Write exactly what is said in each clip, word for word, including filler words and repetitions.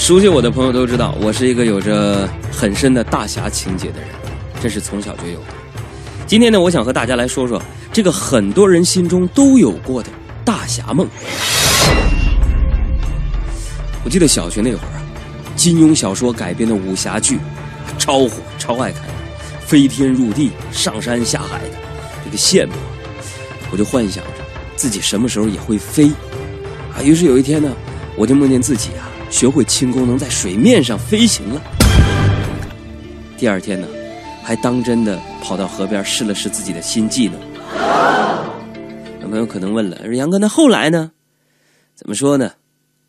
熟悉我的朋友都知道，我是一个有着很深的大侠情节的人，这是从小就有的。今天呢，我想和大家来说说这个很多人心中都有过的大侠梦。我记得小学那会儿啊，金庸小说改编的武侠剧超火，超爱看，飞天入地、上山下海的，这个羡慕，我就幻想着自己什么时候也会飞啊。于是有一天呢，我就梦见自己啊学会轻功，能在水面上飞行了。第二天呢，还当真的跑到河边试了试自己的新技能。有朋友可能问了，杨哥，那后来呢？怎么说呢？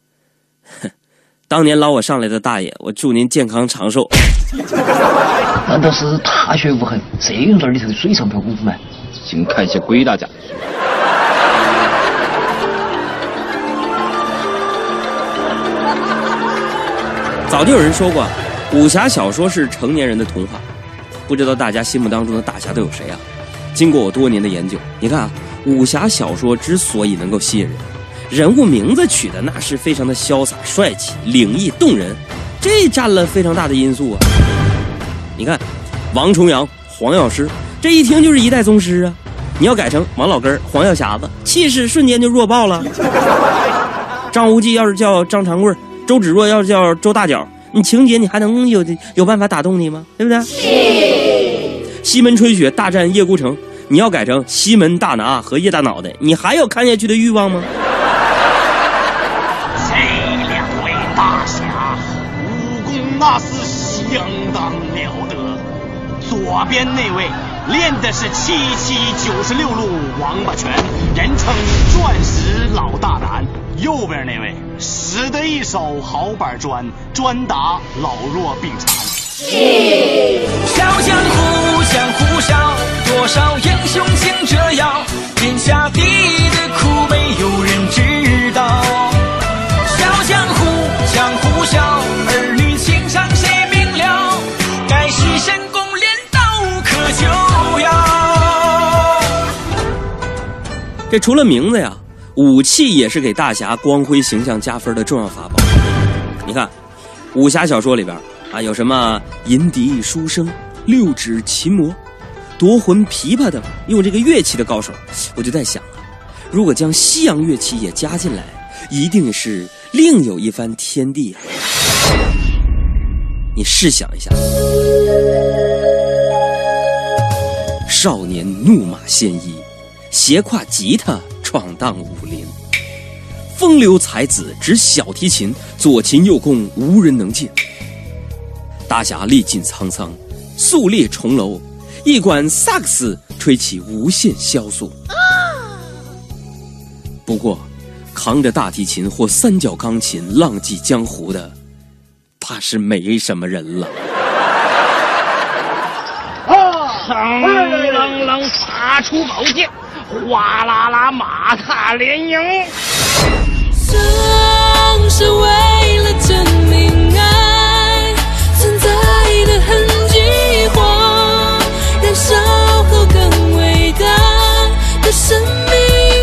当年捞我上来的大爷，我祝您健康长寿。 难道是踏雪无痕，这个这里头的水上漂功夫吗？ 请看一下鬼大家。 早就有人说过，武侠小说是成年人的童话。不知道大家心目当中的大侠都有谁啊？经过我多年的研究，你看啊，武侠小说之所以能够吸引人，人物名字取的那是非常的潇洒、帅气、灵异、动人，这占了非常大的因素啊。你看，王重阳、黄药师，这一听就是一代宗师啊。你要改成王老根、黄药匣子，气势瞬间就弱爆了。张无忌要是叫张长贵，周芷若要是叫周大脚，你情节你还能有有办法打动你吗？对不对？西门吹雪大战叶孤城，你要改成西门大拿和叶大脑袋，你还有看下去的欲望吗？ 这两位大侠武功那是相当了得，左边那位练的是七七九十六路王八拳，人称钻石老大难。右边那位使得一手好板砖，专打老弱病残。 小江湖江湖上，多少英雄竞折腰，天下第一的苦没有人知道。小江湖江湖上，儿女情长谁明了？该是神功练到无可救药。 这除了名字呀，武器也是给大侠光辉形象加分的重要法宝。你看，武侠小说里边啊，有什么银笛书生、六指琴魔、夺魂琵琶等用这个乐器的高手，我就在想啊，如果将西洋乐器也加进来，一定是另有一番天地啊！你试想一下，少年怒马鲜衣，斜挎吉他闯荡武林，风流才子执小提琴，左琴右弓无人能进。大侠历尽沧桑，肃立重楼，一管萨克斯吹起无限萧索。不过，扛着大提琴或三角钢琴浪迹江湖的，怕是没什么人了。 上啷啷擦出宝剑，哗啦啦马踏连营。 生是为了证明爱存在的痕迹，或燃烧后更伟大的生命。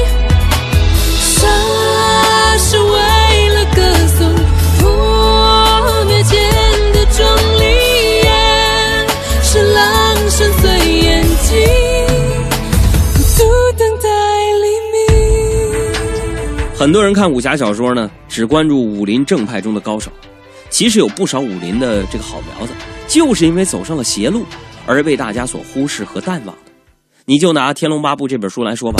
杀是为了歌颂破灭前的壮丽，眼是狼深邃眼睛，孤独等待黎明。 很多人看武侠小说呢，只关注武林正派中的高手，其实有不少武林的这个好苗子，就是因为走上了邪路而被大家所忽视和淡忘的。你就拿《天龙八部》这本书来说吧。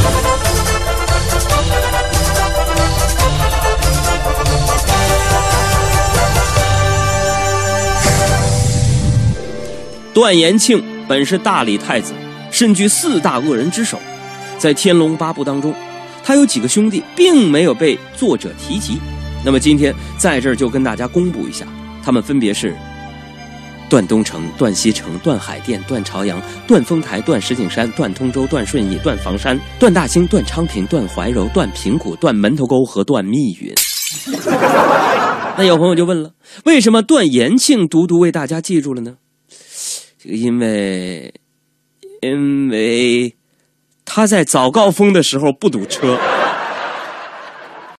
段延庆本是大理太子，身居四大恶人之首，在《天龙八部》当中，他有几个兄弟并没有被作者提及。那么今天在这儿就跟大家公布一下，他们分别是段东城、段西城、段海淀、段朝阳、段丰台、段石景山、段通州、段顺义、段房山、段大兴、段昌平、段怀柔、段平谷、段门头沟和段密云。那有朋友就问了，为什么段延庆独独为大家记住了呢？这个因为因为他在早高峰的时候不堵车。